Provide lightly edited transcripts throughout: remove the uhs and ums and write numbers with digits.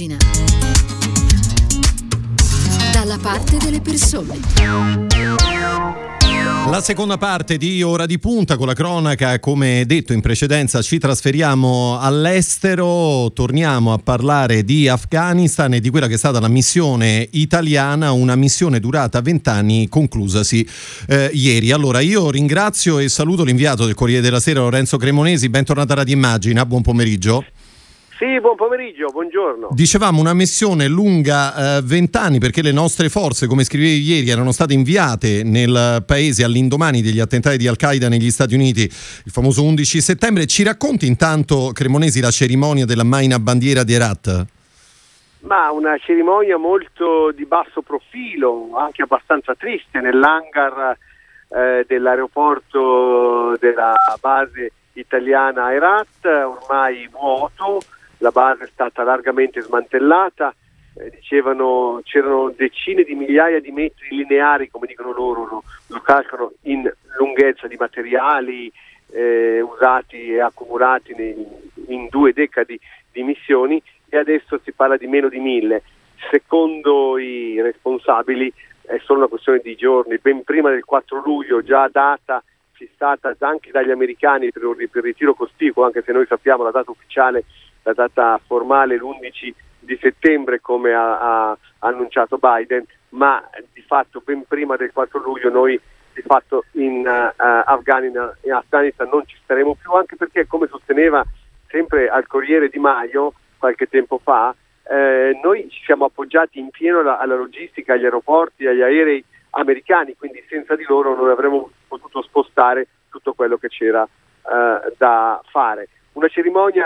Immagina. Dalla parte delle persone. La seconda parte di Ora di Punta con la cronaca, come detto in precedenza, ci trasferiamo all'estero, torniamo a parlare di Afghanistan e di quella che è stata la missione italiana, una missione durata 20 anni, conclusasi ieri. Allora io ringrazio e saluto l'inviato del Corriere della Sera Lorenzo Cremonesi, bentornata a Radio Immagina, buon pomeriggio. Sì, buon pomeriggio, buongiorno. Dicevamo una missione lunga 20 anni perché le nostre forze, come scrivevi ieri, erano state inviate nel paese all'indomani degli attentati di Al-Qaeda negli Stati Uniti, il famoso 11 settembre. Ci racconti intanto, Cremonesi, la cerimonia della Maina Bandiera di Herat? Ma una cerimonia molto di basso profilo, anche abbastanza triste, nell'hangar dell'aeroporto della base italiana a Herat, ormai vuoto. La base è stata largamente smantellata, dicevano c'erano decine di migliaia di metri lineari, come dicono loro, lo calcolano in lunghezza di materiali usati e accumulati in 2 decadi di missioni, e adesso si parla di meno di 1000. Secondo i responsabili è solo una questione di giorni, ben prima del 4 luglio, già data fissata anche dagli americani per il ritiro cospicuo, anche se noi sappiamo la data ufficiale, la data formale l'11 di settembre come ha annunciato Biden, ma di fatto ben prima del 4 luglio noi di fatto in Afghanistan non ci staremo più, anche perché, come sosteneva sempre al Corriere Di Maio qualche tempo fa, noi ci siamo appoggiati in pieno alla logistica, agli aeroporti, agli aerei americani, quindi senza di loro non avremmo potuto spostare tutto quello che c'era da fare. Una cerimonia,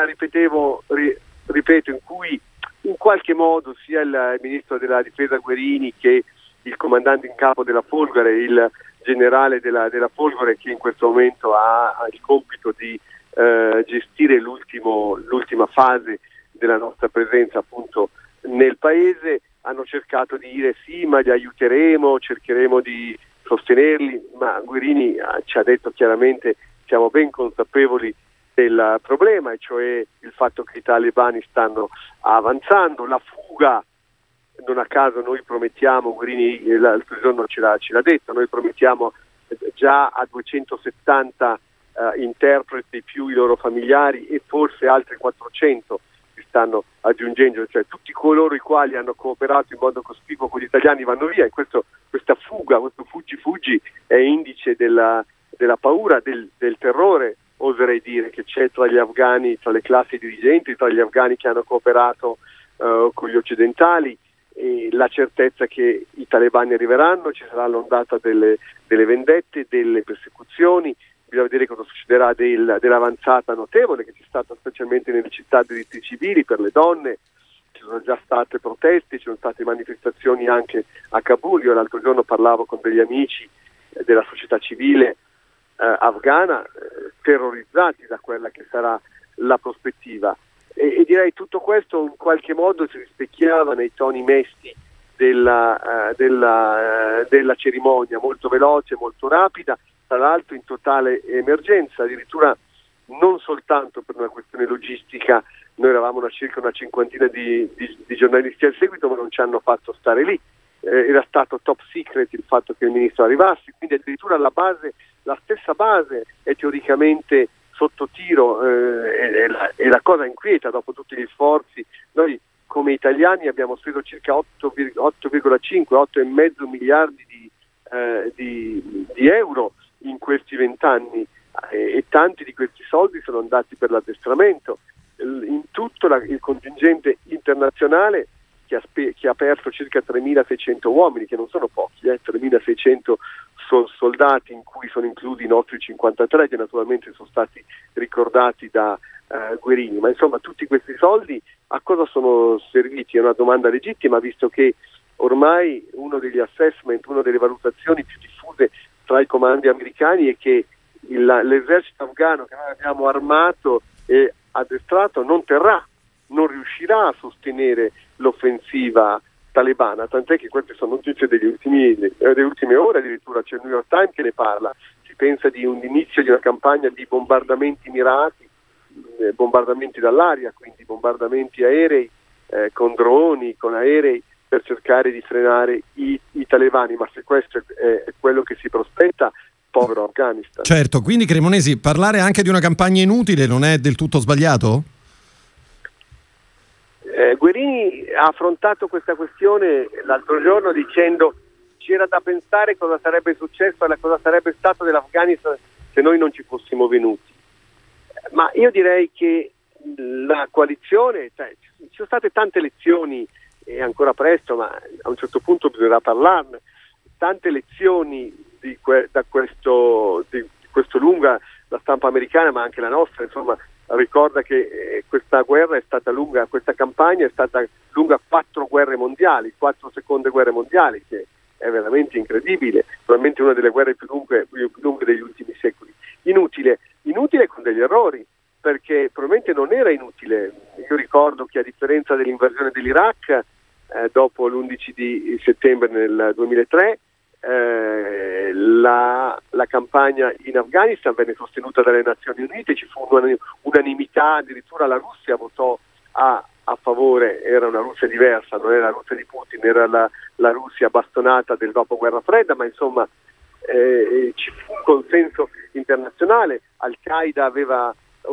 ripeto, in cui in qualche modo sia il ministro della difesa Guerini che il comandante in capo della Folgore, il generale della Folgore, che in questo momento ha il compito di gestire l'ultima fase della nostra presenza appunto nel paese, hanno cercato di dire sì, ma li aiuteremo, cercheremo di sostenerli, ma Guerini ci ha detto chiaramente: siamo ben consapevoli del problema, e cioè il fatto che i talebani stanno avanzando, la fuga. Non a caso noi promettiamo, Guerini l'altro giorno ce l'ha detto, noi promettiamo già a 270 interpreti più i loro familiari, e forse altri 400 si stanno aggiungendo, cioè tutti coloro i quali hanno cooperato in modo cospicuo con gli italiani vanno via, e questa fuga, questo fuggi è indice della paura, del terrore, oserei dire, che c'è tra gli afghani, tra le classi dirigenti, tra gli afghani che hanno cooperato con gli occidentali, e la certezza che i talebani arriveranno, ci sarà l'ondata delle vendette, delle persecuzioni. Bisogna vedere cosa succederà dell'avanzata notevole che c'è stata specialmente nelle città dei diritti civili per le donne. Ci sono già state proteste, ci sono state manifestazioni anche a Kabul. Io l'altro giorno parlavo con degli amici della società civile afghana, terrorizzati da quella che sarà la prospettiva, e direi tutto questo in qualche modo si rispecchiava nei toni mesti della cerimonia, molto veloce, molto rapida, tra l'altro in totale emergenza, addirittura non soltanto per una questione logistica. Noi eravamo circa una cinquantina di giornalisti al seguito, ma non ci hanno fatto stare lì, era stato top secret il fatto che il ministro arrivasse, quindi addirittura la stessa base è teoricamente sotto tiro, e la cosa inquieta dopo tutti gli sforzi. Noi come italiani abbiamo speso circa 8,5 miliardi di euro in questi 20 anni, e tanti di questi soldi sono andati per l'addestramento. In tutto il contingente internazionale che ha perso circa 3.600 uomini, che non sono pochi, 3.600 soldati, in cui sono inclusi i nostri 53, che naturalmente sono stati ricordati da Guerini. Ma insomma, tutti questi soldi a cosa sono serviti? È una domanda legittima, visto che ormai uno degli assessment, una delle valutazioni più diffuse tra i comandi americani è che l'esercito afghano che noi abbiamo armato e addestrato non riuscirà a sostenere l'offensiva talebana, tant'è che queste sono notizie delle ultime ore, addirittura c'è il New York Times che ne parla. Si pensa di un inizio di una campagna di bombardamenti mirati, bombardamenti dall'aria, quindi bombardamenti aerei con droni, con aerei, per cercare di frenare i talebani, ma se questo è quello che si prospetta, povero Afghanistan. Certo, quindi Cremonesi, parlare anche di una campagna inutile non è del tutto sbagliato? Guerini ha affrontato questa questione l'altro giorno dicendo: c'era da pensare cosa sarebbe successo e cosa sarebbe stato dell'Afghanistan se noi non ci fossimo venuti. Ma io direi che la coalizione, ci sono state tante lezioni, è ancora presto, ma a un certo punto bisognerà parlarne, tante lezioni di questo lunga, la stampa americana ma anche la nostra, insomma, ricorda che questa guerra è stata lunga, questa campagna è stata lunga 4 guerre mondiali, 4 seconde guerre mondiali, che è veramente incredibile, probabilmente una delle guerre più lunghe degli ultimi secoli. Inutile con degli errori, perché probabilmente non era inutile. Io ricordo che, a differenza dell'invasione dell'Iraq dopo l'11 di settembre nel 2003, la campagna in Afghanistan venne sostenuta dalle Nazioni Unite, ci fu unanimità, addirittura la Russia votò a favore, era una Russia diversa, non era la Russia di Putin, era la Russia bastonata del dopo guerra fredda, ma insomma ci fu un consenso internazionale. Al-Qaeda aveva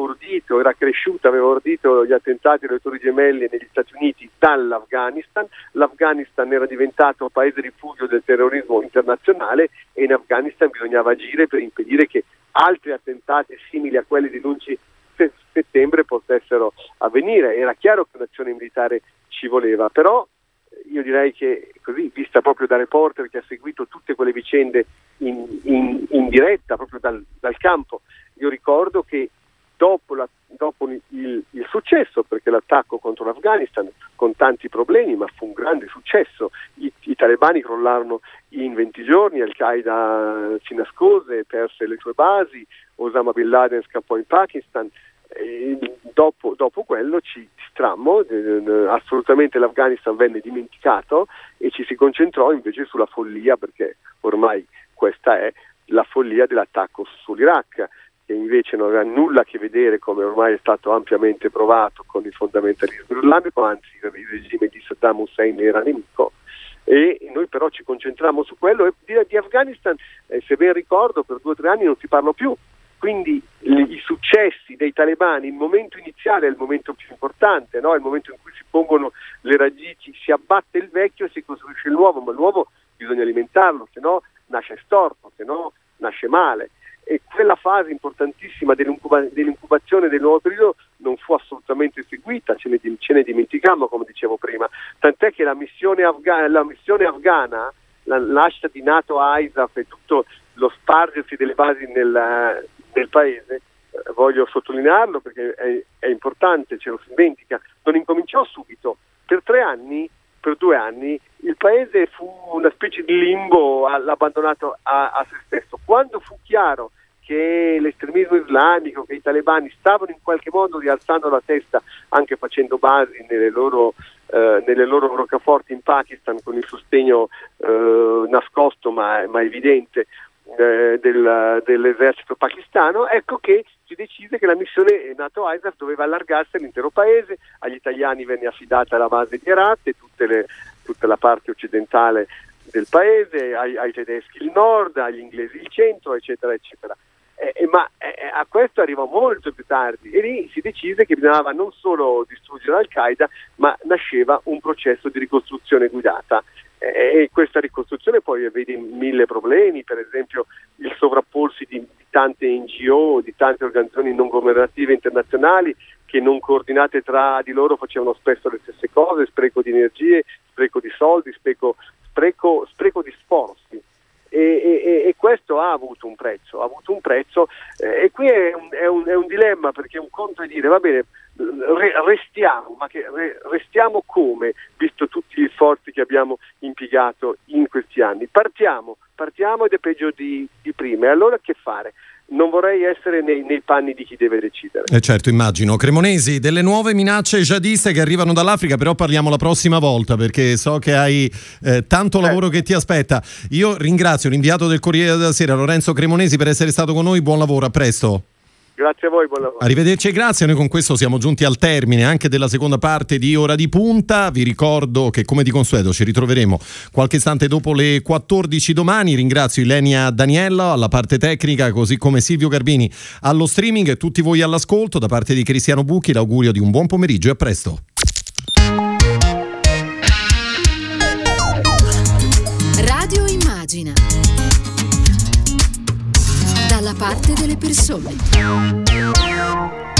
ordito gli attentati alle Torri Gemelle negli Stati Uniti dall'Afghanistan. L'Afghanistan era diventato un paese rifugio del terrorismo internazionale e in Afghanistan bisognava agire per impedire che altri attentati simili a quelli dell'11 settembre potessero avvenire. Era chiaro che un'azione militare ci voleva, però io direi che, così, vista proprio da reporter che ha seguito tutte quelle vicende in diretta proprio dal campo, io ricordo che dopo il successo, perché l'attacco contro l'Afghanistan con tanti problemi, ma fu un grande successo, i talebani crollarono in 20 giorni, Al-Qaeda si nascose, perse le sue basi, Osama Bin Laden scappò in Pakistan. E dopo quello ci distrammo, assolutamente l'Afghanistan venne dimenticato e ci si concentrò invece sulla follia, perché ormai questa è la follia dell'attacco sull'Iraq, che invece non aveva nulla a che vedere, come ormai è stato ampiamente provato, con il fondamentalismo islamico, anzi il regime di Saddam Hussein era nemico, e noi però ci concentrammo su quello. E di Afghanistan, se ben ricordo, per 2 o 3 anni non si parlò più. Quindi i successi dei talebani, il momento iniziale è il momento più importante, no? È il momento in cui si pongono le radici, si abbatte il vecchio e si costruisce il nuovo, ma il nuovo bisogna alimentarlo, se no nasce storto, se no nasce male. E quella fase importantissima dell'incubazione del nuovo periodo non fu assolutamente seguita, ce ne dimenticammo, come dicevo prima, tant'è che la missione afghana, la nascita di NATO ISAF e tutto lo spargersi delle basi nel paese, voglio sottolinearlo perché è importante, ce lo si dimentica, non incominciò subito. Per 2 anni il paese fu una specie di limbo abbandonato a se stesso. Quando fu chiaro che l'estremismo islamico, che i talebani stavano in qualche modo rialzando la testa, anche facendo basi nelle loro roccaforti in Pakistan, con il sostegno nascosto ma evidente dell'esercito pakistano, ecco che si decise che la missione NATO ISAF doveva allargarsi all'intero paese. Agli italiani venne affidata la base di Herat e tutta la parte occidentale del paese, ai tedeschi il nord, agli inglesi il centro, eccetera eccetera. Ma a questo arrivò molto più tardi, e lì si decise che bisognava non solo distruggere Al-Qaeda, ma nasceva un processo di ricostruzione guidata. E questa ricostruzione poi vede 1000 problemi, per esempio il sovrapporsi di tante NGO, di tante organizzazioni non governative internazionali che, non coordinate tra di loro, facevano spesso le stesse cose: spreco di energie, spreco di soldi, spreco di sforzi. E questo ha avuto un prezzo, e qui è un dilemma, perché un conto è dire va bene, restiamo, ma restiamo come, visto tutti gli sforzi che abbiamo impiegato in questi anni? Partiamo ed è peggio di prima, e allora che fare? Non vorrei essere nei panni di chi deve decidere. Certo, immagino. Cremonesi, delle nuove minacce jihadiste che arrivano dall'Africa, però parliamo la prossima volta, perché so che hai tanto lavoro che ti aspetta. Io ringrazio l'inviato del Corriere della Sera, Lorenzo Cremonesi, per essere stato con noi. Buon lavoro, a presto. Grazie a voi, buon lavoro. Arrivederci e grazie. Noi con questo siamo giunti al termine anche della seconda parte di Ora di Punta. Vi ricordo che come di consueto ci ritroveremo qualche istante dopo le 14 domani. Ringrazio Ilenia Daniello alla parte tecnica, così come Silvio Garbini allo streaming, e tutti voi all'ascolto. Da parte di Cristiano Bucchi l'augurio di un buon pomeriggio e a presto. Radio Immagina. Dalla parte delle persone.